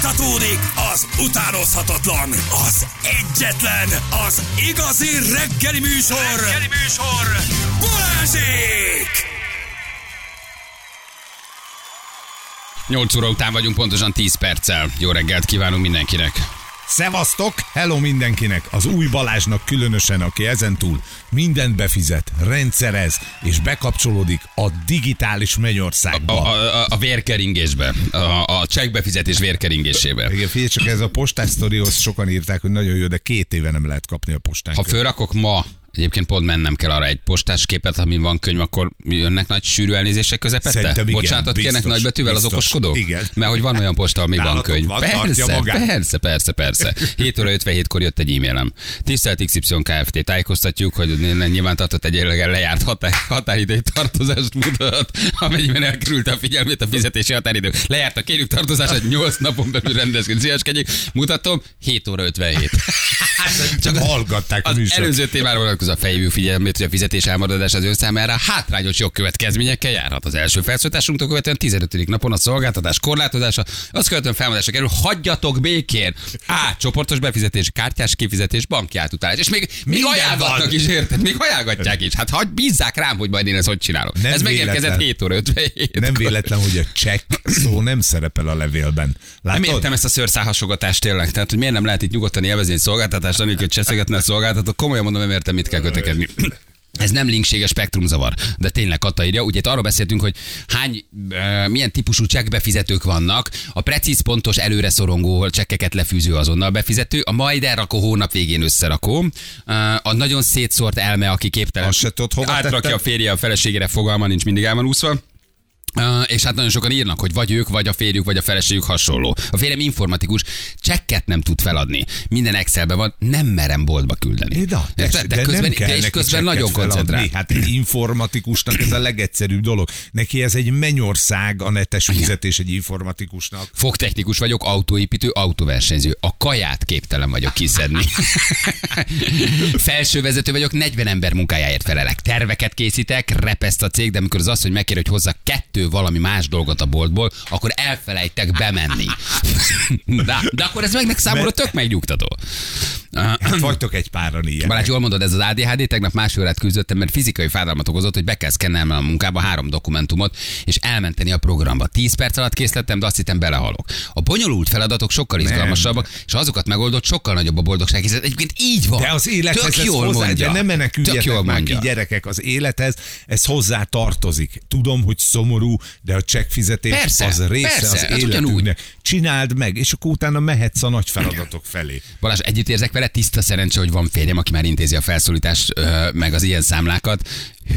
Folytatódik az utánozhatatlan, az egyetlen, az igazi reggeli műsor, Balázsék! 8 óra után vagyunk, pontosan 10 perccel. Jó reggelt kívánunk mindenkinek. Szevasztok, hello mindenkinek! Az új Balázsnak különösen, aki ezentúl mindent befizet, rendszerez és bekapcsolódik a digitális mennyországba. A vérkeringésbe, a csekkbefizetés vérkeringésébe. Igen, figyelj csak, ez a postás sztorihoz sokan írták, hogy nagyon jó, de 2 éve nem lehet kapni a postán. Ha fölrakok ma, egyébként pont mennem kell arra egy postás képet, amin van könyv, akkor jönnek nagy sűrű elnézések közepette? Szerintem igen, Bocsánatot biztos, kérnek nagybetűvel az okoskodók? Igen. Mert hogy van olyan posta, ami van könyv. Van, Persze. 7 óra 57-kor jött egy e-mailem. Tisztelt XY Kft. Tájékoztatjuk, hogy nyilván tartott egy lejárt határidői tartozást mutat, amennyiben elkerülte a figyelmét a fizetési határidő. Lejárt a kérjük tartozását, 8 napon belül rendezkedni. Szíveskedjék. Mutatom, 7 óra 57. Csak hallgatták a műsor. Előző témára vonatkozó a fejvű figyelmét, hogy a fizetés elmaradás az ön számára hátrányos jogkövetkezményekkel járhat. Az első felszólításunktól követően 15. napon a szolgáltatás korlátozása, azt követően felmondásra kerül, hagyjatok békén. Csoportos befizetés, kártyás kifizetés, banki átutalás. És még ajánlatnak is, érted? Még ajánlatják is. Hát bízzák rám, hogy majd én ezt hogy csinálom. Nem ez megérkezett 7 óra 57. Nem véletlen, hogy a csekk szó nem szerepel a levélben. Látod? Nem értem ezt a szőrszálhasogatást tényleg. Tehát, hogy miért nem lehet itt nyugodtan élvezni egy szolgáltatást, amikor cseszegetne a szolgáltató. Komolyan mondom, nem értem, mit kell kötekedni. Ez nem linkséges spektrumzavar, de tényleg Kata írja. Ugye itt arról beszéltünk, hogy milyen típusú csekkbefizetők vannak. A precíz, pontos, előre szorongó csekkeket lefűző azonnal befizető, a majd elrakó, hónap végén összerakó, a nagyon szétszórt elme, aki képtelen átrakja a férje a feleségére, fogalma nincs, mindig el van úszva. És hát nagyon sokan írnak, hogy vagy ők, vagy a férjük, vagy a feleségük hasonló. A férjem informatikus, csekket nem tud feladni. Minden Excelben van, nem merem boltba küldeni. De közben, nem kell neki közben nagyon koncentrál. Hát egy informatikusnak ez a legegyszerűbb dolog. Neki ez egy mennyország, a netes fizetés egy informatikusnak. Fogtechnikus vagyok, autóépítő, autóversenyző. A kaját képtelen vagyok kiszedni. Felsővezető vagyok, 40 ember munkájáért felelek. Terveket készítek, repeszt a cég, de amikor az asszony megkér, hogy hozzá 2 valami más dolgot a boltból, akkor elfelejtek bemenni. De akkor ez meg számomra tök megnyugtató. Hát vagytok egy páran ilyen. Balázs, jól mondod, ez az ADHD, tegnap másfél órát küzdöttem, mert fizikai fájdalmat okozott, hogy be kell szkennelnem a munkába 3 dokumentumot, és elmenteni a programba. 10 perc alatt készlettem, de azt hittem belehalok. A bonyolult feladatok sokkal izgalmasabbak, és azokat megoldott, sokkal nagyobb a boldogság, hiszen egyébként így van. De az élethez ez hozzá, de nem meneküljetek már ki, gyerekek, az élethez ez hozzá tartozik. Tudom, hogy szomorú, de a csekkfizetés az része az életünknek. Csináld meg, és akkor utána mehetsz a nagy feladatok felé. Balázs, együtt érzek vele, tiszta szerencse, hogy van férjem, aki már intézi a felszólítást, meg az ilyen számlákat.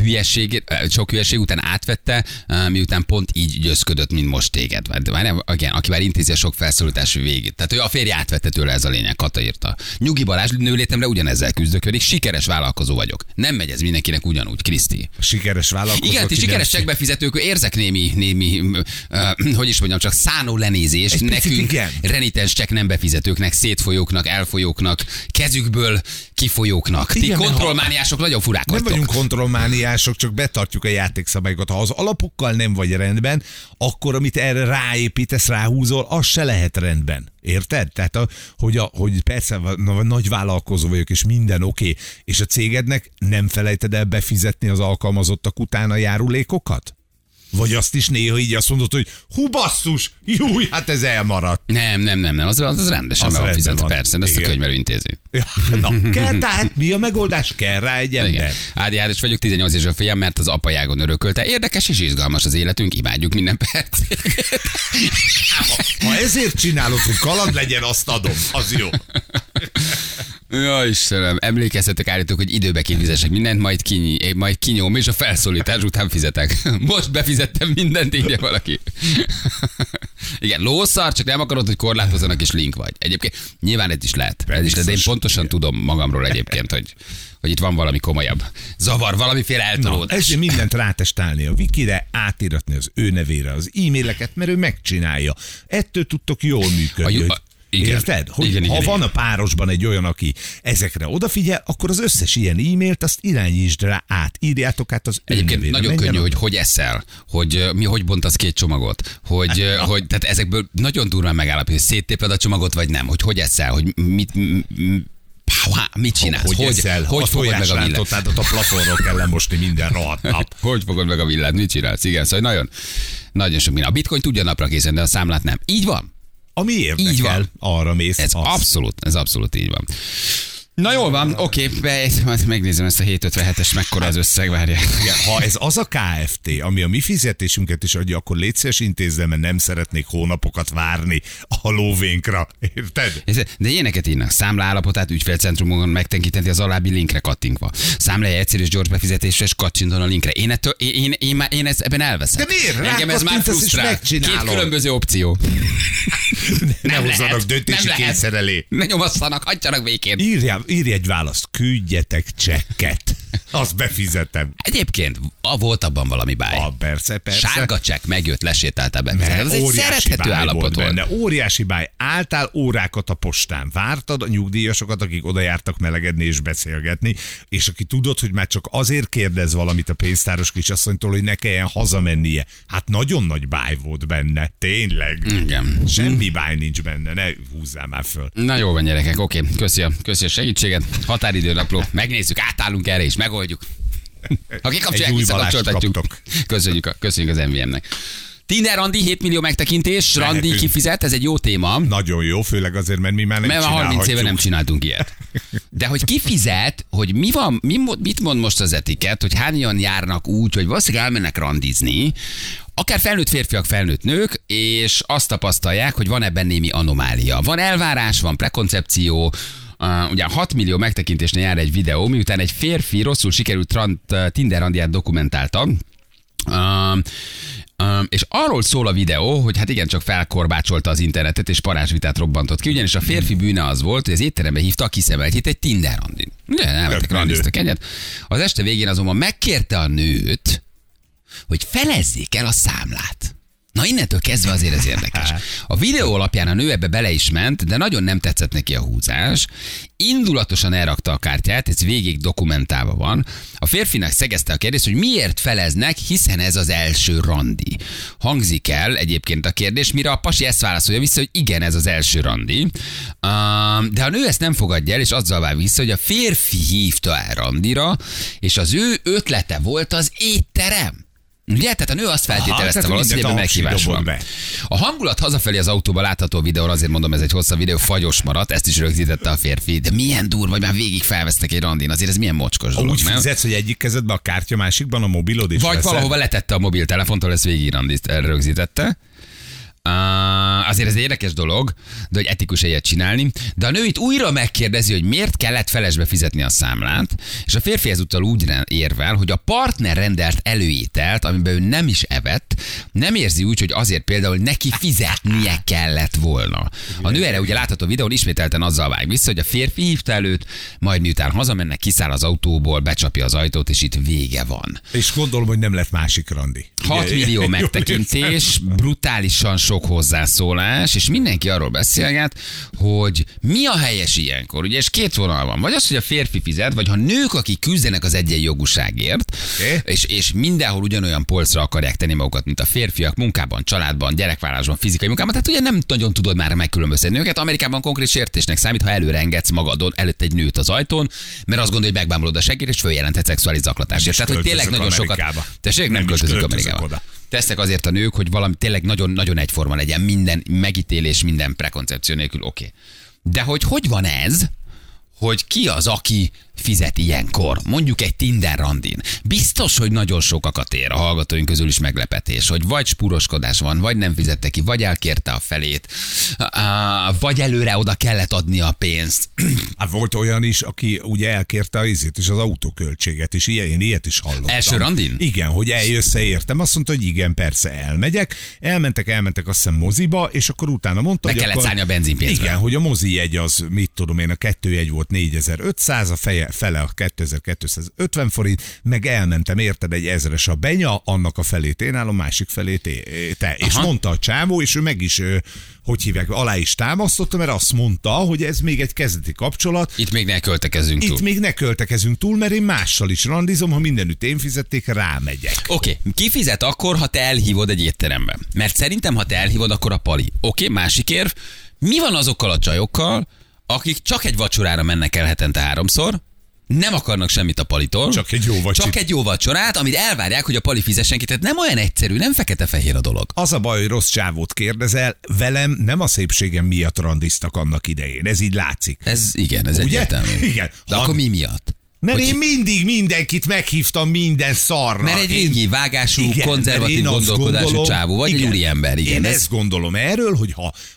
Sok hülyeség után átvette, miután pont így győzködött, mint most téged. Igen, aki már intézi a sok felszólítás végét. Tehát ő a férje átvette tőle, ez a lényeg, Kata írta. Nyugi Balázs, nőlétemre ugyanezzel küzdök, sikeres vállalkozó vagyok. Nem megy ez mindenkinek ugyanúgy, Kriszti. Sikeres vállalkozó. Igen, ti sikeres csekkbefizetők, érzek némi hogy is mondjam, csak szánó lenézés nekünk, renitens csekk nem befizetőknek, szétfolyóknak, elfolyóknak, kezükből kifolyóknak. Ti kontrollmániások nagyon furák vagytok. Nem vagyunk kontrollmániások, csak betartjuk a játékszabályokat. Ha az alapokkal nem vagy rendben, akkor amit erre ráépítesz, ráhúzol, az se lehet rendben. Érted? Tehát, hogy persze nagy vállalkozó vagyok, és minden oké, és a cégednek nem felejted el befizetni az alkalmazottak után a járulékokat? Vagy azt is néha így azt mondod, hogy hú basszus, júj, hát ez elmaradt. Nem, az rendesen meg van fizetve, persze, de ezt a könyvelő intézi. Na, kell, tehát mi a megoldás? Kell rá egy ember. ADHD-s vagyok, 18 éves a fiam, mert az apajágon örökölte. Érdekes és izgalmas az életünk, imádjuk minden percét. Ha ezért csinálod, hogy kaland legyen, azt adom, az jó. Ja, Istenem, emlékeztetek állítók, hogy időbe kifizessek mindent, majd kinyom, és a felszólítás után fizetek. Most befizettem mindent, írja valaki. Igen, lószar, csak nem akarod, hogy korlátozzanak, és link vagy. Egyébként nyilván ez is lehet. De én pontosan tudom magamról egyébként, hogy itt van valami komolyabb zavar, valamiféle eltolódás. Ezért mindent rátestálni a Wikire, átíratni az ő nevére az e-maileket, mert ő megcsinálja. Ettől tudtok jól működni. Igen. Érted? Hogy Igen, ha igen, van igen. a párosban egy olyan, aki ezekre odafigyel, akkor az összes ilyen e-mailt azt irányítsd rá át. Írjátok át az Egyébként önnevére. nagyon Menjen könnyű, oda. hogy eszel, hogy hogy bontasz két csomagot, hogy tehát ezekből nagyon durván megállapítani, hogy széttéped a csomagot, vagy nem, hogy eszel, hogy mit csinálsz, hogy fogod meg a villát. tojáslántottádat a plafonról kell lemosni minden rohadt nap. Hogy fogod meg a villát, mit csinálsz? Igen, szóval nagyon sok minden. A bitcoin tudja napra készen, de a számlát nem. Így van. Ami érdekel, Így van. arra mész. Ez abszolút így van. Na jól van, oké, megnézem ezt a 757-es, mekkora az összeg, várják. Igen, ha ez az a KFT, ami a mi fizetésünket is adja, akkor légy szíves intézd el, mert nem szeretnék hónapokat várni a lóvénkra. Érted? De ilyeneket írnak. Számla állapotát ügyfélcentrumon megtekinteti az alábbi linkre kattintva. Számlája egyszerű és gyors befizetésre, és kattintson a linkre. Én ezt ebben elveszem. De miért? Engem ez már Rákattintasz és frusztrál. megcsinálod. Két különböző opció. Ne Nem hozzanak lehet, döntési nem lehet. kényszer elé. Ne nyomasszanak, hagyjanak békén. Írj egy választ, küldjetek csekket. Azt befizetem. Egyébként volt abban valami báj. Persze. Sárga csekk megjött, lesétáltál be. Mert Ez egy óriási szerethető báj állapot volt. benne. Óriási báj. Álltál órákat a postán. Vártad a nyugdíjasokat, akik oda jártak melegedni és beszélgetni, és aki tudod, hogy már csak azért kérdez valamit a pénztáros kisasszonytól, hogy ne kelljen hazamennie. Hát nagyon nagy báj volt benne. Tényleg. Igen. Semmi báj nincs benne. Ne húzzál már föl. Na jó van, gyerekek, oké. Köszi a segítséget. Határidőnapló. Megnézzük, átállunk erre és megoldjuk. Ha kikapcsolják, Egy új visszakapcsoltatjuk. valást Köszönjük az MVM-nek. Tinder randi, 7 millió megtekintés, randi Mehetünk. kifizet, ez egy jó téma. Nagyon jó, főleg azért, mert mi már nem Mert már 30 éve csinálhatjuk. nem csináltunk ilyet. De hogy kifizet, hogy mit mond most az etikett, hogy hányan járnak úgy, hogy valószínűleg elmennek randizni, akár felnőtt férfiak, felnőtt nők, és azt tapasztalják, hogy van ebben némi anomália. Van elvárás, van prekoncepció, ugye 6 millió megtekintésnél jár egy videó, miután egy férfi rosszul sikerült Tinder randiát dokumentálta, és arról szól a videó, hogy hát igen, csak felkorbácsolta az internetet, és parázsvitát robbantott ki, ugyanis a férfi bűne az volt, hogy az étterembe hívta a kiszemeltjét egy Tinder randin. Ugye, elmentek, randiztak egyet. Az este végén azonban megkérte a nőt, hogy felezzék el a számlát. Na innentől kezdve azért ez érdekes. A videó alapján a nő ebbe bele is ment, de nagyon nem tetszett neki a húzás. Indulatosan elrakta a kártyát, ez végig dokumentálva van. A férfinak szegezte a kérdést, hogy miért feleznek, hiszen ez az első randi. Hangzik el egyébként a kérdés, mire a pasi ezt válaszolja vissza, hogy igen, ez az első randi. De a nő ezt nem fogadja el, és azzal vár vissza, hogy a férfi hívta el randira, és az ő ötlete volt az étterem. Ugye? Tehát a nő azt feltételezte valószínűleg, hogy meghívás van. Be. A hangulat hazafelé az autóba látható videóra, azért mondom, ez egy hosszabb videó, fagyos maradt, ezt is rögzítette a férfi. De milyen durva, hogy már végig felvesznek egy randin, azért ez milyen mocskos dolog, Úgy nem? fizetsz, hogy egyik kezedben a kártya, másikban a mobilod is Vagy veszel? valahova letette a mobiltelefontól, ezt végig rögzítette. Azért ez egy érdekes dolog, de hogy etikus ilyet csinálni. De a nő itt újra megkérdezi, hogy miért kellett felesbe fizetni a számlát, és a férfi ezúttal úgy érvel, hogy a partner rendelt előételt, amiben ő nem is evett, nem érzi úgy, hogy azért például neki fizetnie kellett volna. A nő erre ugye látható videón ismételten azzal vág vissza, hogy a férfi hívta előtt, majd miután hazamennek, kiszáll az autóból, becsapja az ajtót, és itt vége van. És gondolom, hogy nem lett másik randi. 6 millió megtekintés, brutálisan sok hozzászólás, és mindenki arról beszélget, hogy mi a helyes ilyenkor. Ugye, és két vonal van. Vagy az, hogy a férfi fizet, vagy ha nők, akik küzdenek az egyenjogúságért, és mindenhol ugyanolyan polcra akarják tenni magukat, mint a férfiak, munkában, családban, gyerekvállalásban, fizikai munkában, tehát ugye nem nagyon tudod már megkülönböztetni őket. Amerikában konkrét sértésnek számít, ha előre engedsz magadon előtt egy nőt az ajtón, mert azt gondolod, hogy megbámulod a segít, és följelentett szexuális zaklatásért. Tehát, hogy tényleg nagyon sokat. Tessék, nem költözünk Amerikába. Tesznek azért a nők, hogy valami tényleg nagyon egyforma legyen, minden megítélés, minden prekoncepció nélkül, oké. De hogy van ez, hogy ki az, aki fizet ilyenkor? Mondjuk egy Tinder randin. Biztos, hogy nagyon sokakat ér, a hallgatóink közül is meglepetés, hogy vagy spúroskodás van, vagy nem fizette ki, vagy elkérte a felét, vagy előre oda kellett adni a pénzt. Hát volt olyan is, aki ugye elkérte az autóköltséget, és én ilyet is hallottam. Első randin? Igen, hogy eljössz értem. Azt mondta, hogy igen, persze elmegyek. Elmentek azt hiszem moziba, és akkor utána mondta, Be hogy kellett akkor... szállni a benzinpénzbe. Igen, hogy a mozi jegy az, mit tudom én, a 2 volt 4500, a fele a 2250 forint, meg elmentem, érted, egy 1000-es a benya, annak a felét én állom, másik felét te. És mondta a csávó, és ő meg is, hogy hívják, alá is támasztotta, mert azt mondta, hogy ez még egy kezdeti kapcsolat. Itt még ne költekezzünk túl. Itt még ne költekezünk túl, mert én mással is randizom, ha mindenütt én fizették, rámegyek. Oké, ki fizet akkor, ha te elhívod egy étterembe? Mert szerintem, ha te elhívod, akkor a pali. Oké, másik érv. Mi van azokkal a csajokkal, akik csak egy vacsorára mennek el hetente 3-szor, nem akarnak semmit a palitól. Csak egy jó vacsit. Csak egy jó vacsorát, amit elvárják, hogy a pali fizessen ki. Tehát nem olyan egyszerű, nem fekete-fehér a dolog. Az a baj, hogy rossz csávót kérdezel, velem nem a szépségem miatt randiztak annak idején. Ez így látszik. Ez igen, ez Ugye? egyértelmű. Igen. De akkor mi miatt? Mert Hogy- én mindig mindenkit meghívtam minden szarra. Mert egy régi vágású, Igen, konzervatív mert én azt gondolkodású gondolom- csávó, vagy egy igen, úriember. Igen, én ez- ezt gondolom erről, hogy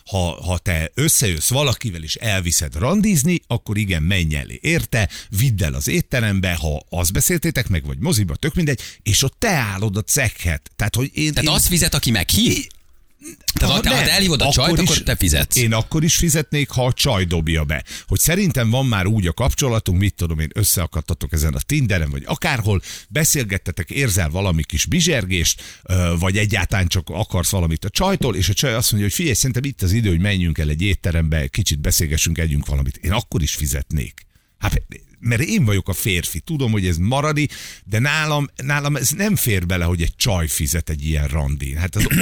ha te összejössz valakivel és elviszed randizni, akkor igen, menj elé. Érte? Vidd el az étterembe, ha azt beszéltétek meg, vagy moziba, tök mindegy, és ott te állod a cekhet. Tehát, hogy Tehát az fizet, aki meghív? Tehát ha nem, te elhívod a csajt, akkor te fizetsz. Én akkor is fizetnék, ha a csaj dobja be. Hogy szerintem van már úgy a kapcsolatunk, mit tudom én, összeakadtatok ezen a Tinderen, vagy akárhol, beszélgettetek, érzel valami kis bizsergést, vagy egyáltalán csak akarsz valamit a csajtól, és a csaj azt mondja, hogy figyelj, szerintem itt az idő, hogy menjünk el egy étterembe, kicsit beszélgessünk, együnk valamit. Én akkor is fizetnék. Hát, mert én vagyok a férfi, tudom, hogy ez maradi, de nálam ez nem fér bele, hogy egy csaj fizet egy ilyen randin. Hát az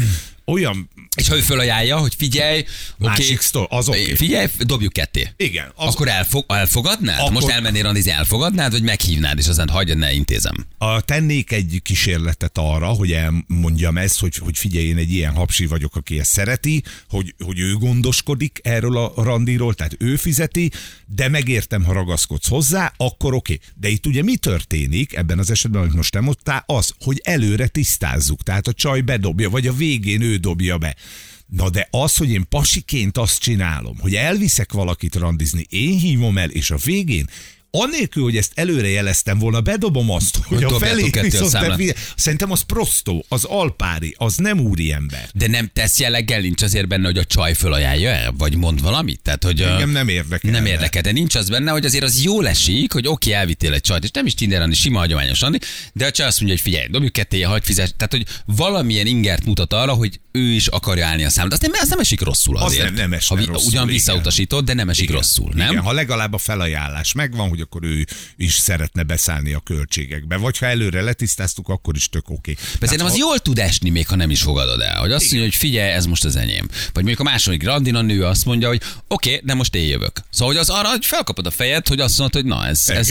olyan És ha ő fölajánlja, hogy figyelj, másik sztor, az oké. Figyelj, dobjuk ketté. Igen. Akkor elfogadnád? Akkor- Most elmennél randizni, elfogadnád, vagy meghívnád, és aztán hagyjad, ne intézem. Tennék egy kísérletet arra, hogy elmondjam ezt, hogy figyelj, én egy ilyen hapsi vagyok, aki ezt szereti, hogy ő gondoskodik erről a randiról, tehát ő fizeti, de megértem, ha ragaszkodsz hozzá, akkor oké. De itt ugye mi történik ebben az esetben, amit most te mondtál, az, hogy előre tisztázzuk. Tehát a csaj bedobja, vagy a végén ő dobja be. Na de az, hogy én pasiként azt csinálom, hogy elviszek valakit randizni, én hívom el, és a végén anélkül, hogy ezt előre jeleztem volna, bedobom azt, hogy a dobjátok felé ketté a viszont számlát. szerintem az prostó, az alpári, az nem úriember. De nem tesz jelleggel, nincs azért benne, hogy a csaj fölajánlja el, vagy mond valamit? Tehát, hogy Engem nem érdekel. nem érdekel, de nincs az benne, hogy azért az jól esik, hogy oké, elvittél egy csajt, és nem is Tinderen, is sima hagyományos Andi, de a csaj azt mondja, hogy figyelj, dobjuk ketté, hagyj fizes. Tehát, hogy valamilyen ingert mutat arra, hogy ő is akarja állni a számot. Az nem esik rosszul Az azért. nem esne rosszul, ugyan igen. visszautasítod, de nem esik rosszul, nem? Igen, ha legalább a felajánlás megvan, hogy akkor ő is szeretne beszállni a költségekbe. Vagy ha előre letisztáztuk, akkor is tök oké. Szerintem az jól tud esni, még ha nem is fogadod el. Hogy azt mondja, hogy figyelj, ez most az enyém. Vagy mondjuk a második randin a nő azt mondja, hogy oké, de most én jövök. Szóval, hogy az arra, hogy felkapod a fejed, hogy azt mondod, hogy na,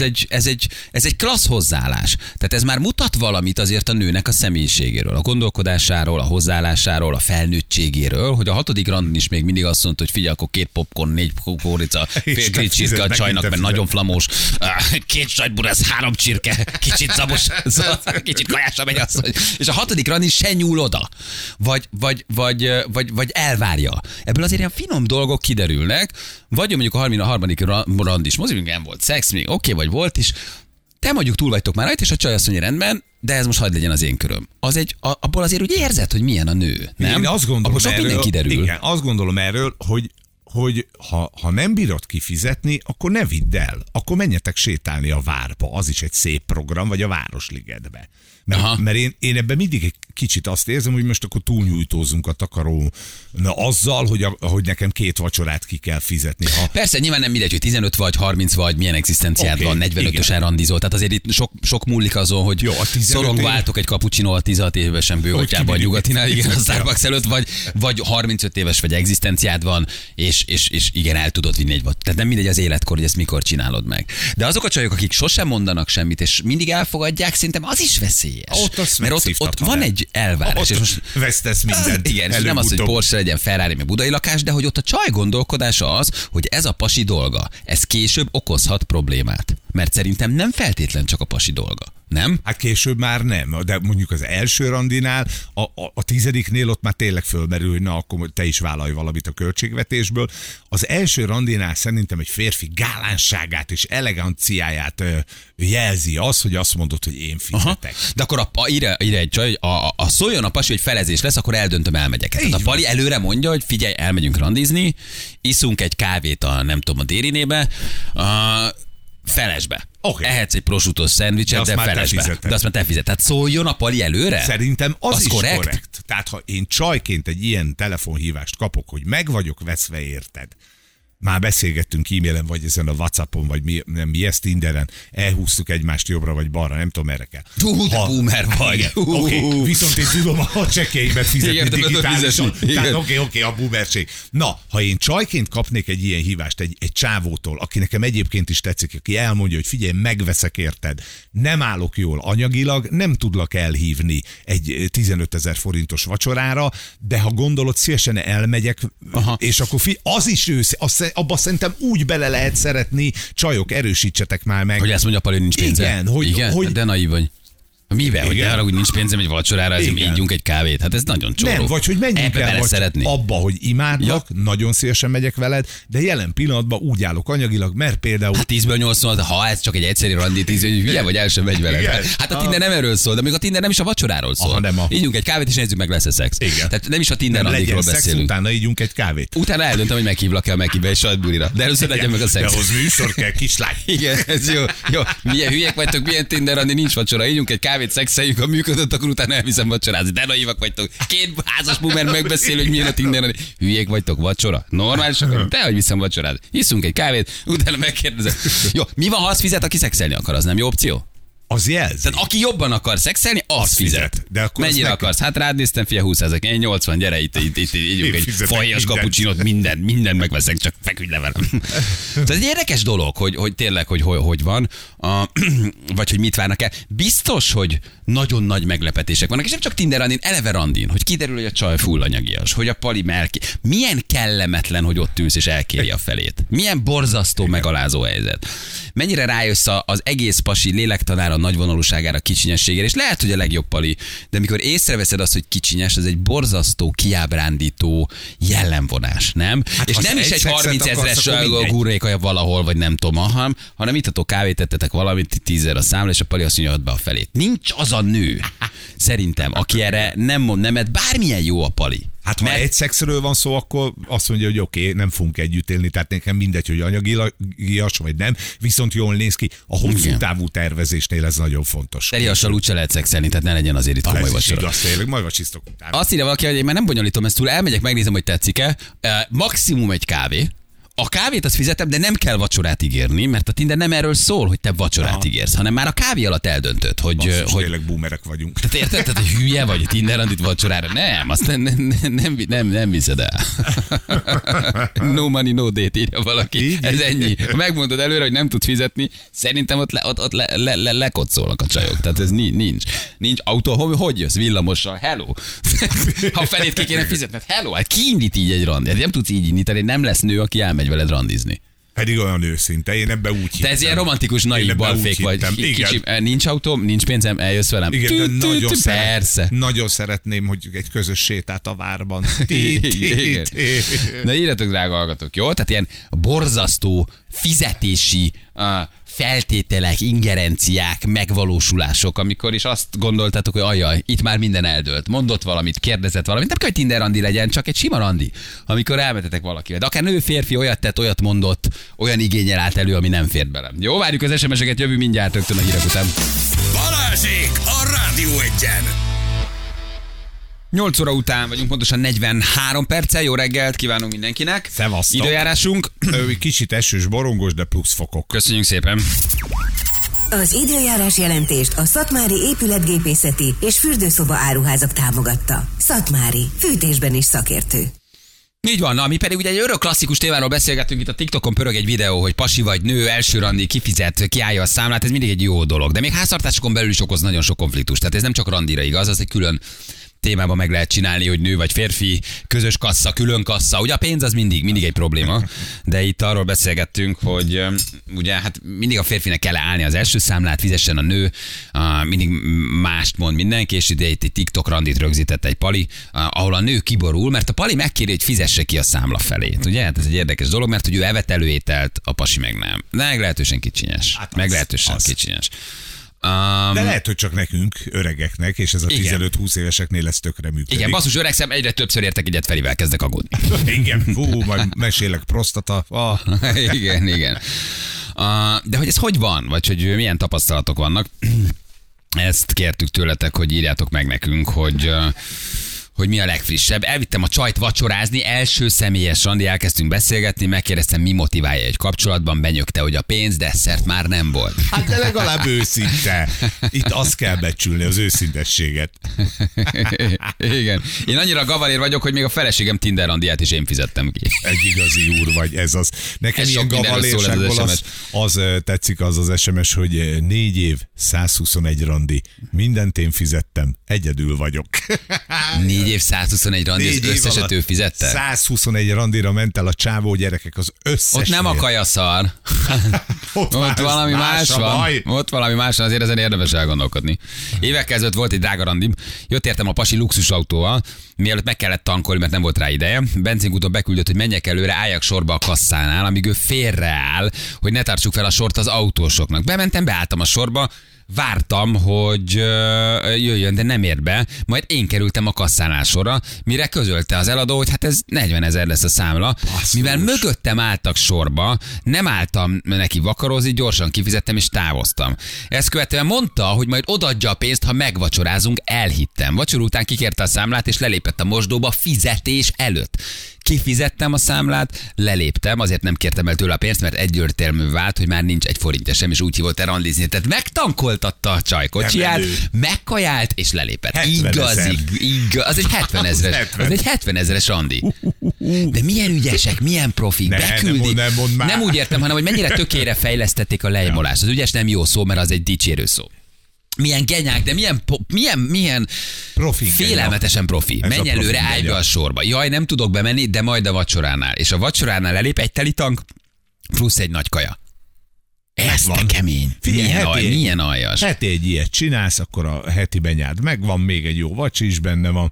ez egy klassz hozzáállás. Tehát ez már mutat valamit azért a nőnek a személyiségéről, a gondolkodásáról, a hozzáállásáról, a felnőttségéről, hogy a 6. randin is még mindig azt mondta, hogy figyelj, akkor 2 popcorn, 4 kukorica, fél grill csirke a csajnak, mert nagyon flamos, 2 sajtburász, 3 csirke, kicsit szabos, kicsit kajásra megy az, és a 6. randin se nyúl oda, vagy elvárja. Ebből azért ilyen finom dolgok kiderülnek, vagy mondjuk a 33. randis mozi, nem volt szex, még oké, vagy volt is, te mondjuk túl vagytok már rajta, és a csaj azt mondja, rendben, de ez most hagyd legyen az én köröm. Abból azért úgy érzed, hogy milyen a nő, nem? Én azt gondolom abból sok minden kiderül. Igen, azt gondolom erről, hogy ha nem bírod kifizetni, akkor ne vidd el. Akkor menjetek sétálni a várba. Az is egy szép program, vagy a Városligetbe. Mert én ebben mindig egy kicsit azt érzem, hogy most akkor túlnyújtózunk a takaró azzal, hogy nekem 2 vacsorát ki kell fizetni. Persze, nyilván nem mindegy, hogy 15 vagy, 30 vagy, milyen egzisztenciád van, 45-ösen randizol. Tehát azért itt sok múlik azon, hogy szorongva álltok egy kapucsinó a 16 évesen bőgatjában a nyugatinál, igen, a Starbucks előtt, vagy 35 éves vagy egzisztenciád van, és igen, el tudod vinni egy vat. Tehát nem mindegy az életkor, hogy ezt mikor csinálod meg. De azok a csajok, akik sosem mondanak semmit, és mindig elfogadják, szerintem az is veszélyes. Mert ott van egy elvárás. És most vesztesz mindent. Igen, és nem az, hogy Porsche legyen, Ferrari, meg budai lakás, de hogy ott a csaj gondolkodása az, hogy ez a pasi dolga, ez később okozhat problémát. Mert szerintem nem feltétlen csak a pasi dolga. nem? Hát később már nem, de mondjuk az első randinál, a 10-nél ott már tényleg fölmerül, hogy na, akkor te is vállalj valamit a költségvetésből. Az első randinál szerintem egy férfi gálánságát és eleganciáját jelzi az, hogy azt mondod, hogy én fizetek. De akkor írja egy csaj, hogy a szóljon a pasi, hogy felezés lesz, akkor eldöntöm, elmegyek. Tehát a pali előre mondja, hogy figyelj, elmegyünk randizni, iszunk egy kávét a nem tudom, a Dérinébe, felesbe. Okay. Ehetsz egy prosciutto szendvicset, de felesbe. De azt már te fizet. Tehát szóljon a pali előre? Szerintem az is korrekt. Tehát ha én csajként egy ilyen telefonhívást kapok, hogy meg vagyok veszve érted, már beszélgettünk e-mailen, vagy ezen a WhatsAppon, vagy mi ezt Tinderen, elhúztuk egymást jobbra vagy balra, nem tudom, merre kell. De boomer vagy. Okay, viszont én tudom a csekkeimet fizetni digitálisan. Tehát oké, a boomerség. Na, ha én csajként kapnék egy ilyen hívást egy csávótól, aki nekem egyébként is tetszik, aki elmondja, hogy figyelj, megveszek érted, nem állok jól anyagilag, nem tudlak elhívni egy 15 000 forintos vacsorára, de ha gondolod, szívesen elmegyek, és akkor az is ősz, abba szerintem úgy bele lehet szeretni, csajok, erősítsetek már meg. Hogy ezt mondja a pali, hogy nincs pénze. Igen, hogy... de naív vagy. Mivel? Hogy arra, hogy nincs pénzem egy vacsorára, ezért ígyunk egy kávét. Hát ez nagyon csóró. Nem, vagy hogy menjünk el szeretni. Abba, hogy imádlak, nagyon szívesen megyek veled, de jelen pillanatban úgy állok anyagilag, mert például... Hát 10-ből 8, ha ez csak egy egyszerű randi, 10, hogy hülye vagy, el sem megy veled. Igen. Hát a Tinder nem erről szól, de még a Tinder nem is a vacsoráról szól. Ígyunk egy kávét, és nézzük meg, lesz-e szex. Igen. Tehát nem is a Tinder randikról beszélünk. Utána ígyunk egy kávét. Utána eldöntöm, hogy meghívlak el meghívva egy sajtburira. De először legyen meg a szex. De ahhoz műsor kell, kislány. Igen, ez jó. Milyen hülyek vagytok, milyen Tinder randi, nincs vacsora. Ígyunk egy kávét, szexeljük, működött, akkor utána elviszem vacsorázni. De naívak vagytok. Két házas boomer megbeszél, hogy milyen a Tinderen. Hülyék vagytok, vacsora? Normálisak? De hogy viszem vacsorázni. Iszunk egy kávét, utána megkérdezem. Jó, mi van, ha az fizet, aki szexelni akar? Az nem jó opció? Az jelzi. Tehát aki jobban akar szexelni, az fizet. De akkor mennyire akarsz? Hát rád néztem, fia, 20 én 80, gyere itt ígyunk egy fajas kapucsinot, minden megveszek, csak feküdj le velem. Tehát egy érdekes dolog, hogy tényleg, hogy van, vagy hogy mit várnak el. Biztos, hogy nagyon nagy meglepetések vannak, és nem csak Tinder randin, eleve randin, hogy kiderül, hogy a csaj full anyagias, hogy a pali milyen kellemetlen, hogy ott ülsz és elkéri a felét. Milyen borzasztó, megalázó helyzet. Mennyire rájössz az egész pasi lélektanára, nagyvonalúságára, kicsinyességére, és lehet, hogy a legjobb pali, de amikor észreveszed azt, hogy kicsinyes, az egy borzasztó, kiábrándító jellemvonás, nem? Hát és nem is egy 30 000-es gurrékaja valahol, vagy nem tudom, hanem ittatok kávét, tettetek valamit, 10 000 a számla, és a pali azt mondja, add be a felét. Nincs az a nő, szerintem, aki erre nem mond nemet, bármilyen jó a pali. Hát ha egy szexről van szó, akkor azt mondja, hogy oké, nem fogunk együtt élni, tehát nekem mindegy, hogy anyagias vagy nem, viszont jól néz ki. A hosszú távú tervezésnél ez nagyon fontos. Teriassal úgyse lehet szexelni, tehát ne legyen azért itt komoly vacsora. Igaz, tényleg, majd vacsisztok utána. Azt írja valaki, hogy én már nem bonyolítom ezt túl, elmegyek, megnézem, hogy tetszik-e. Maximum egy kávé. A kávét azt fizetem, de nem kell vacsorát ígérni, mert a Tinder nem erről szól, hogy te vacsorát ígérsz, hanem már a kávé alatt eldöntöd, hogy tényleg boomerek vagyunk. Tehát érted, tehát, hogy hülye vagy, Tinder randit vacsorára. Nem, azt nem viszed el. No money, no date, írja valaki. Ez ennyi. Ha megmondod előre, hogy nem tud fizetni, szerintem ott lekocsolnak a csajok. Tehát ez nincs. Nincs autó, hogy jössz? Villamossal. Hello. Ha felét ki kéne fizetned. Hello. Hát ki indít így egy randit? Nem tudsz így indítani, nem lesz nő, aki elmegy veled randizni. Pedig olyan őszinte, én ebbe úgy hittem. Te ez ilyen romantikus, naív balfék vagy. Kicsim, nincs autóm, nincs pénzem, eljössz velem. Igen, nagyon szeretném, hogy egy közös sétát a várban. Na írjatok, drága hallgatók, jó? Tehát ilyen borzasztó fizetési feltételek, ingerenciák, megvalósulások, amikor is azt gondoltatok, hogy ajaj, itt már minden eldőlt. Mondott valamit, kérdezett valamit, nem kell, hogy Tinder randi legyen, csak egy sima randi, amikor elmetetek valakivel. De akár nő, férfi olyat tett, olyat mondott, olyan igénnyel állt elő, ami nem fért bele. Jó, várjuk az SMS-eket, jövő mindjárt rögtön a hírek után. Balázsék a Rádió Egyen! 8 óra után vagyunk, pontosan 43 perccel. Jó reggelt kívánunk mindenkinek. Szevasztok. Időjárásunk. Kicsit esős, borongos, de plusz fokok. Köszönjük szépen. Az időjárás jelentést a Szatmári épületgépészeti és fürdőszoba áruházak támogatta. Szatmári, fűtésben is szakértő. Így van, na, mi pedig ugye egy örök klasszikus témáról beszélgetünk, itt a TikTokon pörög egy videó, hogy pasi vagy nő, első randi, kifizet, kiállja a számlát, ez mindig egy jó dolog. De még háztartásokon belül is okoz nagyon sok konfliktust. Tehát ez nem csak randira igaz, az egy külön témában meg lehet csinálni, hogy nő vagy férfi, közös kassa, külön kassa. Ugye a pénz az mindig egy probléma, de itt arról beszélgettünk, hogy ugye hát mindig a férfinek kell állni az első számlát, fizessen a nő, mindig mást mond mindenki, és ide itt egy TikTok randit rögzített egy pali, ahol a nő kiborul, mert a pali megkéri, hogy fizesse ki a számla felét. Ugye? Hát ez egy érdekes dolog, mert hogy ő evett előételt, a pasi meg nem. De meglehetősen kicsinyes. Hát meglehetősen kicsinyes. De lehet, hogy csak nekünk, öregeknek, és ez a 15-20 éveseknél lesz tökre működik. Igen, basszus, öregszem, egyre többször értek egyet Ferivel, kezdek aggódni. Igen, majd mesélek prostata. Igen. De hogy ez hogy van? Vagy hogy milyen tapasztalatok vannak? Ezt kértük tőletek, hogy írjátok meg nekünk, hogy mi a legfrissebb. Elvittem a csajt vacsorázni, első személyes randi, elkezdtünk beszélgetni, megkérdeztem, mi motiválja egy kapcsolatban, benyögte, hogy a pénz, desszert már nem volt. Hát de legalább őszinte. Itt azt kell becsülni, az őszintességet. Igen. Én annyira gavalér vagyok, hogy még a feleségem Tinder randiát is én fizettem ki. Egy igazi úr vagy, ez az. Nekem Ez ilyen gavalérságból az tetszik az SMS, hogy 4 év, 121 randi. Mindent én fizettem, egyedül vagyok. 4 év, 121 randi, az összeset ő fizette? 121 randira ment el a csávó, gyerekek, az összes. Ott nem a kajaszar. Ott valami más van. Ott valami más van, azért ezen érdemes elgondolkodni. Évekkel ezelőtt volt egy drága randim. Jött értem a pasi luxusautóval, mielőtt meg kellett tankolni, mert nem volt rá ideje. Benzinkúton beküldött, hogy menjek előre, álljak sorba a kasszánál, amíg ő félreáll, hogy ne tartsuk fel a sort az autósoknak. Bementem, beálltam a sorba, vártam, hogy jöjjön, de nem ért be. Majd én kerültem a kasszánál sorra, mire közölte az eladó, hogy hát ez 40 000 lesz a számla. Basszus. Mivel mögöttem álltak sorba, nem álltam neki vakarózni, gyorsan kifizettem és távoztam. Ezt követően mondta, hogy majd odaadja a pénzt, ha megvacsorázunk, elhittem. Vacsora után kikérte a számlát és lelépett a mosdóba fizetés előtt. Kifizettem a számlát, leléptem, azért nem kértem el tőle a pénzt, mert egyértelmű vált, hogy már nincs egy forintja sem, és úgy hívott el randizni. Tehát megtankoltatta a csajkocsiját, megkajált, és lelépett. Igaz, az egy 70 000-es, az egy 70 000-es randi. De milyen ügyesek, milyen profik, beküldi. Nem úgy értem, hanem hogy mennyire tökére fejlesztették a lejmolást. Az ügyes nem jó szó, mert az egy dicsérő szó. Milyen genyák, de milyen profi, félelmetesen profi. Menj előre, állj be a sorba. Jaj, nem tudok bemenni, de majd a vacsoránál. És a vacsoránál elép egy telitank, plusz egy nagy kaja. Ez van kemény. Milyen aljas. Heti egy ilyet csinálsz, akkor a heti benyád megvan, még egy jó vacsi is benne van.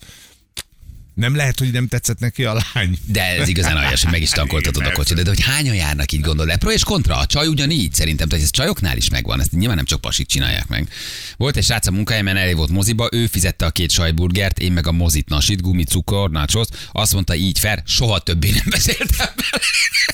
Nem lehet, hogy nem tetszett neki a lány. De ez igazán aljas, hogy meg is tankoltatod a kocsit. De hogy hányan járnak így, gondol? Le pro és kontra. A csaj ugyanígy szerintem, hogy ez csajoknál is megvan. Ezt nyilván nem csak pasik csinálják meg. Volt egy srác a munkahelyemen, elé volt moziba, ő fizette a 2 sajtburgert, én meg a mozit, nasit, gumi, cukor, nachos. Azt mondta így fel, soha többé nem beszéltem vele.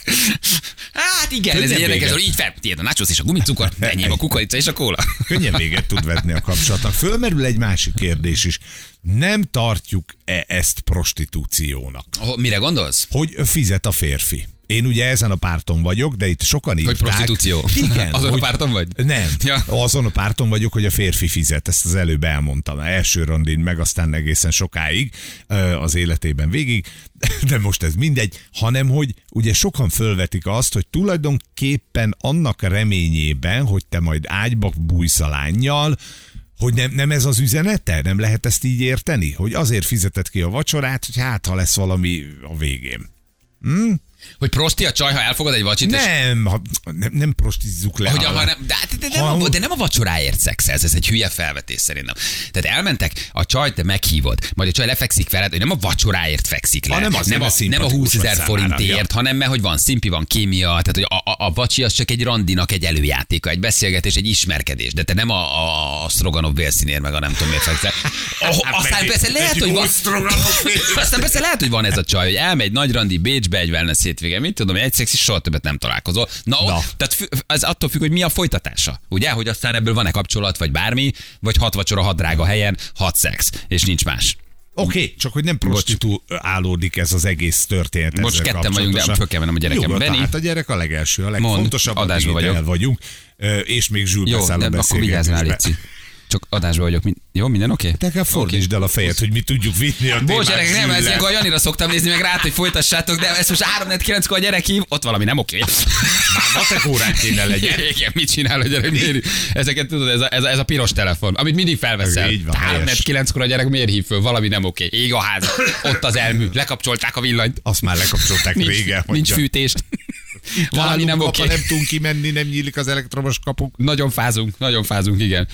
Hát igen, ez egy érdekes, hogy így fel, tiéd a nachos és a gumicukor, enyém a kukorica és a kóla. Könnyen véget tud vetni a kapcsolatnak. Fölmerül egy másik kérdés is. Nem tartjuk-e ezt prostitúciónak? Mire gondolsz? Hogy fizet a férfi. Én ugye ezen a párton vagyok, de itt sokan írták. Hogy prostitúció? Igen. Azon a párton vagy? Nem. Ja. Azon a párton vagyok, hogy a férfi fizet. Ezt az előbb elmondtam. Első randin, meg aztán egészen sokáig az életében végig. De most ez mindegy. Hanem, hogy ugye sokan fölvetik azt, hogy tulajdonképpen annak reményében, hogy te majd ágyba bújsz a lánnyal, hogy nem ez az üzenete? Nem lehet ezt így érteni? Hogy azért fizetett ki a vacsorát, hogy hát ha lesz valami a végén. Hogy prosti a csaj, ha elfogad egy vacsit? Nem prostizzuk le. De nem a vacsoráért szexelsz, ez egy hülye felvetés szerintem. Tehát elmentek, a csajt te meghívod, majd a csaj lefekszik veled, hogy nem a vacsoráért fekszik le. Nem a 20 000 forintért, hanem mert hogy van szimpi, van kémia, tehát hogy a vacsi az csak egy randinak egy előjátéka, egy beszélgetés, egy ismerkedés, de te nem a Stroganov vélszínér, meg a nem tudom miért fekszel. Aztán persze lehet, hogy van ez a csaj, hogy elmegy nagy randi Bécsbe egy wellness hétvége, mit tudom, egy szex is soha többet nem találkozol. Tehát ez attól függ, hogy mi a folytatása. Ugye, hogy aztán ebből van-e kapcsolat, vagy bármi, vagy 6 vacsora, 6 drága helyen, 6 szex, és nincs más. Oké, csak hogy nem prostituálódik ez az egész történet. Most ketten vagyunk, de föl kell mennem a gyerekem. Jó, hát a gyerek a legelső, a legfontosabb, adásban vagyunk, és még Zsülbe száll a beszélgetésbe. Akkor vigyázzál, Léci. Csak adásban vagyok. Jó, minden oké? Te kell fordítsd el a fejed, hogy mi tudjuk vinni a Bocs, témát gyerekek, nem, ez szűrre. ilyenkor a Janira szoktam nézni meg rá, hogy folytassátok, de ezt most 3-9-kor a gyerek hív, ott valami nem oké. Már matek órán kéne legyen. Igen, mit csinál a gyerek? Ezeket tudod, ez a piros telefon, amit mindig felveszel. Így van, helyes. 3-9-kor a gyerek miért hív föl? Valami nem oké. Ég a ház, ott az elmű, lekapcsolták a villanyt. Azt már lekapcsolták régen. Nincs fűtés. Valami nem oké. Nem tudunk kimenni, nem nyílik az elektromos kapuk. Nagyon fázunk, igen.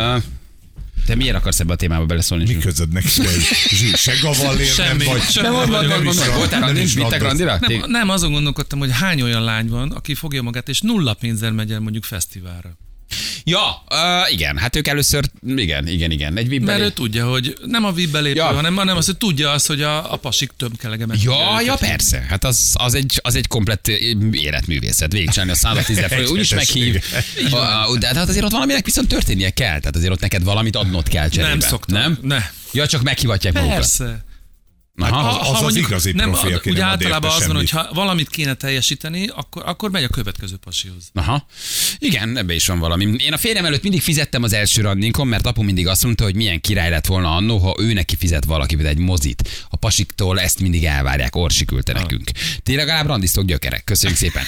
Te miért akarsz ebbe a témába beleszólni? Mi közöd neki? Se gavallér nem vagy. Nem mondd. Voltál randin? Vittek randira? Nem, azon gondolkodtam, hogy hány olyan lány van, aki fogja magát, és 0 pénzzel megy el mondjuk fesztiválra. Ja, igen, hát ők először, igen. Egy VIP Mert ő tudja, hogy nem a VIP belépő, Ja. hanem az, hogy tudja azt, hogy a pasik tömkelege meg. Ja, persze. Hát az egy komplett életművészet. Végigcsinálni a 110 000 forint. Úgyis meghív. De hát azért ott valaminek viszont történnie kell. Tehát azért ott neked valamit adnod kell cserébe. Nem szoktam. Nem? Ne. Ja, csak meghívatják magukat. Persze. Aha. Az mondjuk igazi nem, profi, aki ugye nem ad általában érte az van, hogy semmit. ha valamit kéne teljesíteni, akkor megy a következő pasihoz. Aha. Igen, ebbe is van valami. Én a férjem előtt mindig fizettem az első randinkon, mert apu mindig azt mondta, hogy milyen király lett volna annó, ha ő neki fizet valaki egy mozit. A pasiktól ezt mindig elvárják, Orsi küldte nekünk. Ti legalább randiztok, gyökerek. Köszönjük szépen.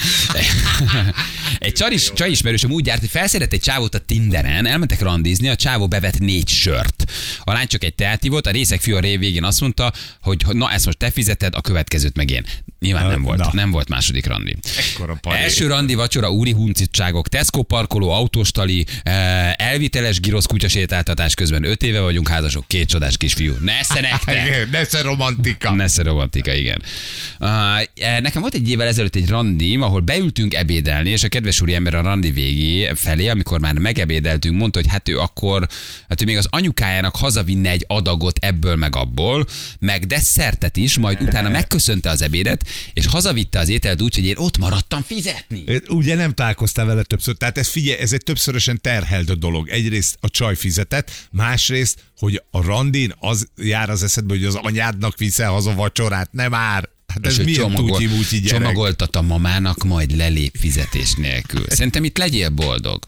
Egy csajismerősöm úgy járt, hogy felszedett egy csávót a Tinderen, elmentek randizni, a csávó bevet 4 sört. A lány csak egy teát ivott, a részeg fiú a végén azt mondta, hogy na ezt most te fizeted, a következőt meg én. Nyilván nem volt. Na. Nem volt második randi. Ekkora paré. Első randi, vacsora, úri huncitságok, Tesco parkoló, autóstali, elviteles girosz kutyasétáltatás közben 5 éve vagyunk házasok, 2 csodás kisfiú. Nesze nektek! Nesze romantika. Nesze romantika, igen. Nekem volt egy évvel ezelőtt egy randim, ahol beültünk ebédelni, és a kedves úri ember a randi végé felé, amikor már megebédeltünk, mondta, hogy hát ő még az anyukájának hazavinne egy adagot ebből meg abból, meg desszertet is, majd utána megköszönte az ebédet, és hazavitte az ételt úgy, hogy én ott maradtam fizetni. Ugye nem találkoztál vele többször, tehát ez egy többszörösen terhelt dolog. Egyrészt a csaj fizetett, másrészt, hogy a randin az jár az eszedbe, hogy az anyádnak viszel haza vacsorát, nem már. Hát ez És milyen túlyi gyerek. csomagoltat a mamának, majd lelép fizetés nélkül. Szerintem itt legyél boldog.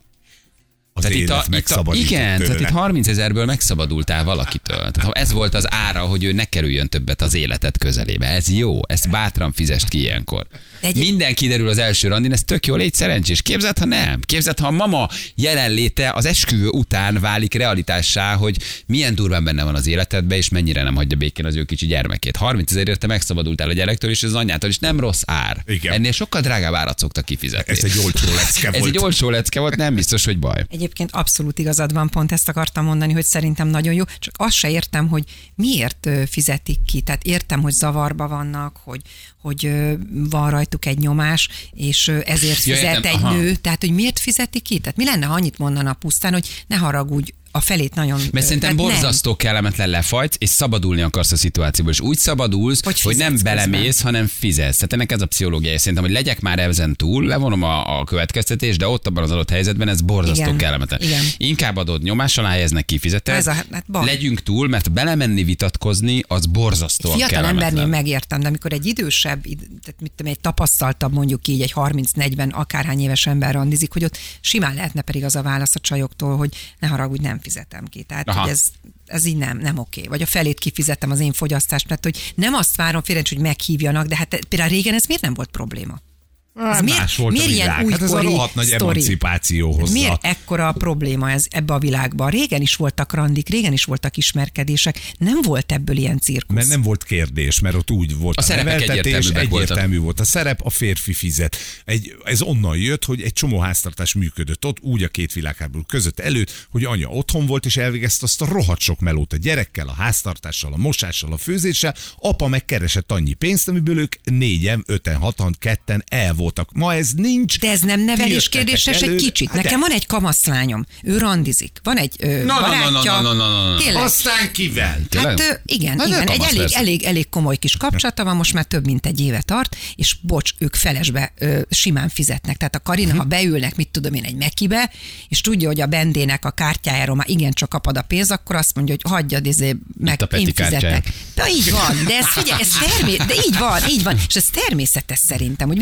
Az Tehát élet megszabadított igen, tőle. tehát itt 30 000-ből megszabadultál valakitől. Tehát ha ez volt az ára, hogy ő ne kerüljön többet az életed közelébe. Ez jó, ezt bátran fizest ki ilyenkor. Minden kiderül az első randin, ez tök jó, légy szerencsés. Képzeld, ha nem. Képzeld, ha a mama jelenléte az esküvő után válik realitássá, hogy milyen durván benne van az életedben, és mennyire nem hagyja békén az ő kicsi gyermekét. 30 000-ért te megszabadultál a gyerektől, és az anyától is nem rossz ár. Igen. Ennél sokkal drágább árat szoktak kifizetni. Ez egy olcsó lecke Ez volt. egy olcsó lecke volt, nem biztos, hogy baj. Egyébként abszolút igazad van, pont ezt akartam mondani, hogy szerintem nagyon jó, csak azt se értem, hogy miért fizetik ki. Tehát értem, hogy zavarba vannak, hogy van rajtuk egy nyomás, és ezért fizet értem, egy aha. nő. Tehát, hogy miért fizetik ki? Tehát mi lenne, ha annyit mondana pusztán, hogy ne haragudj, a felét nagyon... Mert szerintem tehát borzasztó kellemetlen lefajt, és szabadulni akarsz a szituációból, és úgy szabadulsz, hogy nem fizetsz belemész, közben. hanem fizetsz. Tehát ennek ez a pszichológiai. Szerintem, hogy legyek már ezen túl, levonom a következtetést, de ott abban az adott helyzetben ez borzasztó Igen, kellemetlen. igen. Inkább adod, nyomás alá helyeznek, kifizeted. Ez hát baj. Legyünk túl, mert belemenni vitatkozni, az borzasztóan Fiatal kellemetlen. embernél megértem, de amikor egy idősebb, tehát mit tudom, egy tapasztaltabb, mondjuk így egy 30-40 akárhány éves ember randizik, hogy ott simán lehetne pedig az a válasz a csajoktól, hogy ne haragudj, nem fizetem ki. Tehát Aha. hogy ez így nem oké. Vagy a felét kifizettem az én fogyasztást, mert hogy nem azt várom félre, hogy meghívjanak, de hát például régen ez miért nem volt probléma? Hát más volt a világ. Hát ez a rohadt nagy emancipáció hozza. Miért ekkora a probléma ez ebbe a világban? Régen is voltak randik, régen is voltak ismerkedések, nem volt ebből ilyen cirkusz. Mert nem volt kérdés, mert ott úgy volt A szerepek neveltetés, egyértelműbbek egyértelmű volt a szerep, a férfi fizet. Ez onnan jött, hogy egy csomó háztartás működött ott, úgy a két világháború között előtt, hogy anya otthon volt, és elvégezte azt a rohadt sok melót a gyerekkel, a háztartással, a mosással, a főzéssel, apa meg keresett annyi pénzt, amiből ők 4-en, 5-en, 6-an, 2-en el voltak. Ma ez nincs. De ez nem nevelés Kijöttetek kérdéses egy elő. kicsit. Hát Nekem van egy kamaszlányom, ő randizik. Van egy barátja. Tényleg. Aztán kivel? Tényleg? Hát igen, Hát igen. nem kamasz lesz. Egy elég komoly kis kapcsolata van, most már több mint egy éve tart, és bocs, ők felesbe simán fizetnek. Tehát a Karina, ha beülnek, mit tudom én, egy Mekibe, és tudja, hogy a Bendének a kártyájáról már igencsak kapad a pénz, akkor azt mondja, hogy hagyjad, meg a Peti én kártyája. fizetek. De így van, de ez figyelj, de így van, és ez természetes szerintem, hogy viszi a kis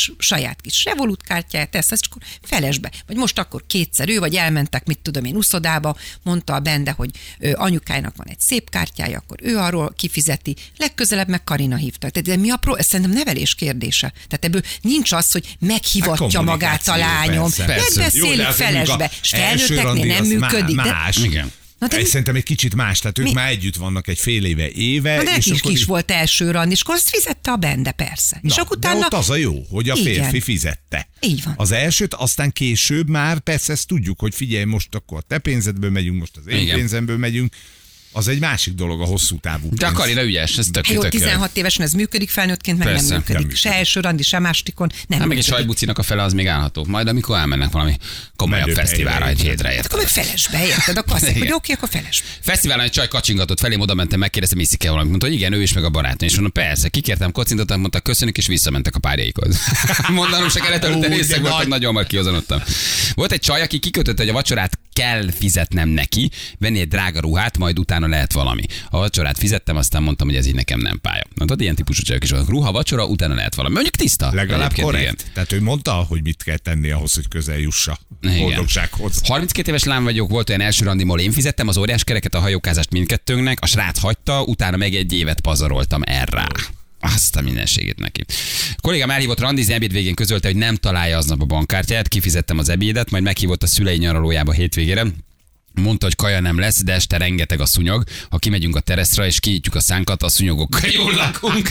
saját kis Revolut kártyáját tesz, és akkor felesbe. Vagy most akkor kétszer ő, vagy elmentek, mit tudom én, uszodába, mondta a Bende, hogy anyukájának van egy szép kártyája, akkor ő arról kifizeti. Legközelebb meg Karina hívta. Tehát mi ez szerintem nevelés kérdése. Tehát ebből nincs az, hogy meghivatja magát a lányom. Megbeszélik felesbe. És felnőtteknél nem működik. Más. Igen. Szerintem egy kicsit más, tehát ők már együtt vannak egy fél éve. De és akkor is volt első rand, és akkor azt fizette a Bende, persze. Na, és akkor utána... De ott az a jó, hogy a férfi fizette. Így van. Az elsőt, aztán később már persze ezt tudjuk, hogy figyelj, most akkor a te pénzedből megyünk, most az én pénzemből megyünk. Az egy másik dolog a hosszú távú pénz. De a Karina ügyes, ez tök. Jó, 16 évesen ez működik, felnőttként meg persze, nem működik. Se első randi, se másodikon nem meg működik. egy sajbucinak a fele az még állható. Majd amikor elmennek valami komolyabb fesztiválra egy hétre. Hát akkor meg felesbe, érted? Akkor azt mondja, hogy oké, akkor felesbe. Fesztiválon egy csaj kacsingatott felém, oda mentem, megkérdeztem, iszik-e valamit. Mondta, hogy igen, ő is meg a barátnő. És mondom, persze, kikértem, kocintottam, mondta, köszönjük, és visszamentek a párjaikhoz. Mondanom se kellett, előtte részeg voltam, nagyon már kihozanodtam. Volt egy csaj, aki kikötötte, hogy a vacsorát kell fizetnem neki, venni egy drága ruhát, majd utána lehet valami. A vacsorát fizettem, aztán mondtam, hogy ez így nekem nem pálya. Mondtad, ilyen típusú csajok is vannak. Ruha, vacsora, utána lehet valami. Mondjuk tiszta. Legalább korrekt. Igen. Tehát ő mondta, hogy mit kell tenni ahhoz, hogy közel jussa boldogsághoz. 32 éves lám vagyok, volt olyan első randimól, én fizettem az óriás kereket, a hajókázást mindkettőnknek, a srác hagyta, utána meg egy évet pazaroltam erre. Azt a mindenségét neki. A kollégám elhívott randizni, ebéd végén közölte, hogy nem találja aznap a bankkártyáját, kifizettem az ebédet, majd meghívott a szülei nyaralójába hétvégére. Mondta, hogy kaja nem lesz, de este rengeteg a szúnyog. Ha kimegyünk a teraszra és kinyitjuk a szánkat, a szúnyogokkal jól lakunk.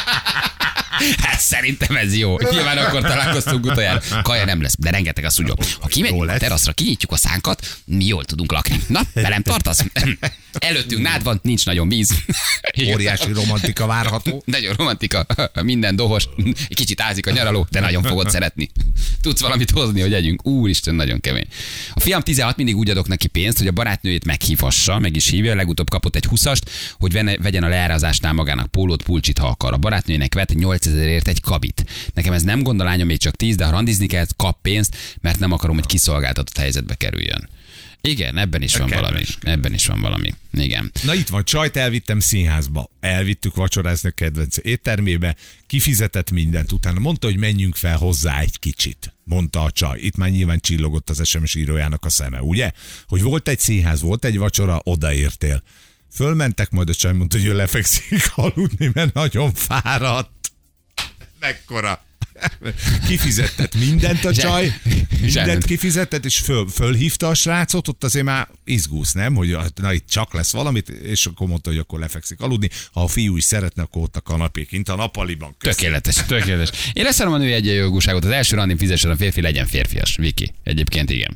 Hát szerintem ez jó. Nyilván akkor találkoztunk utoljára. Kaja nem lesz, de rengeteg a szúnyog. Ha kimegyünk a teraszra, kinyitjuk a szánkat, mi jól tudunk lakni. Na, velem tartasz? Előttünk nád van, nincs nagyon víz. Óriási romantika várható. Nagyon romantika, minden dohos, egy kicsit ázik a nyaraló, de nagyon fogod szeretni. Tudsz valamit hozni, hogy együnk. Úristen, nagyon kemény. A fiam 16, mindig úgy adok neki pénzt, hogy a barátnőjét meghívassa, meg is hívja, legutóbb kapott egy 20-ast, hogy vegyen a leárazásnál magának pólót, pulcsit, ha akar. A barátnőjének vett 8000-ért egy kabit. Nekem ez nem gond, a lányom még csak 10, de ha randizni kell, kap pénzt, mert nem akarom, hogy kiszolgáltatott helyzetbe kerüljön. Igen, ebben is van valami. Ebben is van valami. Igen. Na itt van, csajt elvittem színházba. Elvittük vacsorázni a kedvenc éttermébe, kifizetett mindent, utána mondta, hogy menjünk fel hozzá egy kicsit. Mondta a csaj. Itt már nyilván csillogott az SMS írójának a szeme, ugye? Hogy volt egy színház, volt egy vacsora, odaértél. Fölmentek, majd a csaj mondta, hogy ő lefekszik aludni, mert nagyon fáradt. Mekkora. Kifizetett mindent a csaj, mindent kifizetett, és fölhívta a srácot, ott azért már izgulsz, nem? Hogy na itt csak lesz valamit, és akkor mondta, hogy akkor lefekszik aludni. Ha a fiú is szeretne, akkor ott a kanapé kint a nappaliban. Tökéletes. Én leszarom a női egyenjogúságot, az első randin fizessen a férfi, legyen férfias. Viki, egyébként igen.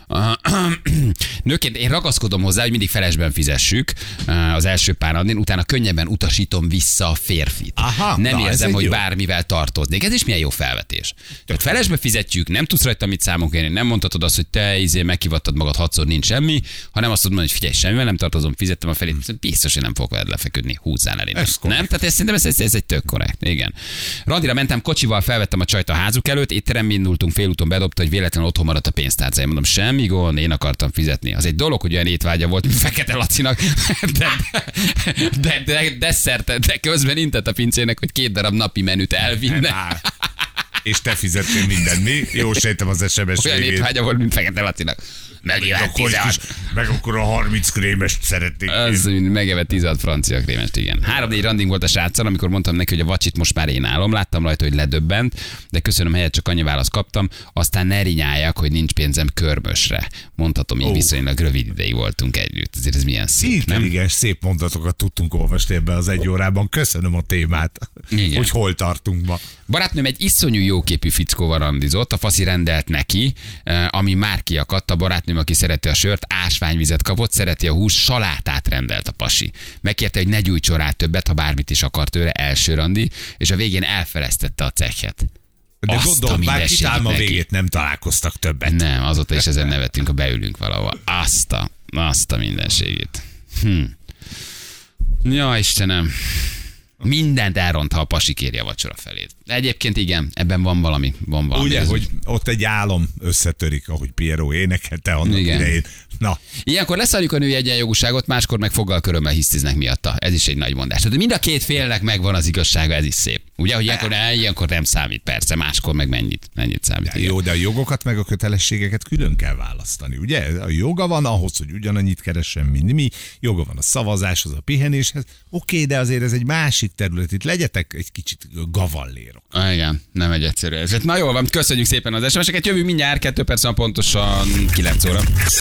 Nőként én ragaszkodom hozzá, hogy mindig felesben fizessük az első pár randin, utána könnyebben utasítom vissza a férfit. Aha, nem érzem, hogy bármivel tartoznék. Ez is milyen jó felvetés. Tehát felesbe fizetjük, nem tudsz rajta mit számon kérni, nem mondhatod azt, hogy te meghivattad magad 6-szor, nincs semmi, hanem azt mondod, hogy figyelj, semmivel nem tartozom, fizettem a felét, biztos, hogy nem fogok veled lefeküdni, húzzál el innen. Nem? Tehát szerintem ez egy tök korrekt. Igen. Randira mentem kocsival, felvettem a csajt a házuk előtt, étterembe indultunk, félúton bedobta, hogy véletlenül otthon maradt a pénztárcája. Mondom, semmi gond, én akartam fizetni. Az egy dolog, hogy olyan étvágya volt, mint Fekete Lacinak, de közben intett a pincének, hogy 2 darab napi menüt elvinne. És te fizettél mindent, mi? Jó, sejtem az SMS olyan végén. Étvágya volt, mint Fekete Lacinak. Meg akkor a 30 krémest szeretnék. Az megevett 16 francia krémest, igen. 3-4 randing volt a sráccal, amikor mondtam neki, hogy a vacsit most már én állom. Láttam rajta, hogy ledöbbent, de köszönöm, helyett csak annyi választ kaptam. Aztán ne rinyáljak, hogy nincs pénzem körmösre. Mondhatom, így viszonylag rövid ideig voltunk együtt. Ezért ez milyen szép, intelligens, szép mondatokat tudtunk olvasni ebben az 1 órában. Köszönöm a témát, igen. Hogy hol tartunk ma. Barátnőm egy iszonyú jóképű fickóval randizott, a faszi rendelt neki, ami már kiakadt, a barátnőm, aki szereti a sört, ásványvizet kapott, szereti a hús, salátát rendelt a pasi. Megkérte, hogy ne gyújtson rá többet, ha bármit is akar tőle, első randi, és a végén elfeleztette a cekhet. De gondolom, bár kitálma végét nem találkoztak többet. Nem, azóta is ezen nevettünk, ha beülünk valahol. Azt a mindenségét. Ja, Istenem. Mindent elront, ha a pasi kéri a vacsora felét. Egyébként igen, ebben van valami. Ugye, hogy ott egy álom összetörik, ahogy Pierrot énekelte annak idején. Na. Ilyenkor leszarjuk a női egyenjogúságot, máskor meg foggal körömmel hisztiznek miatta. Ez is egy nagy mondás. Tehát mind a két félnek megvan az igazsága, ez is szép. Ugye, hogy ilyenkor nem számít, persze, máskor meg mennyit számít. De jó, de a jogokat meg a kötelességeket külön kell választani, ugye? A joga van ahhoz, hogy ugyanannyit keressen, mint mi, joga van a szavazáshoz, a pihenéshez. Oké, de azért ez egy másik terület, itt legyetek egy kicsit gavallérok. Igen, nem egy egyszerű. Na jól van, köszönjük szépen az SMS-eket, jövünk mindjárt 2 perc pontosan 9 óra.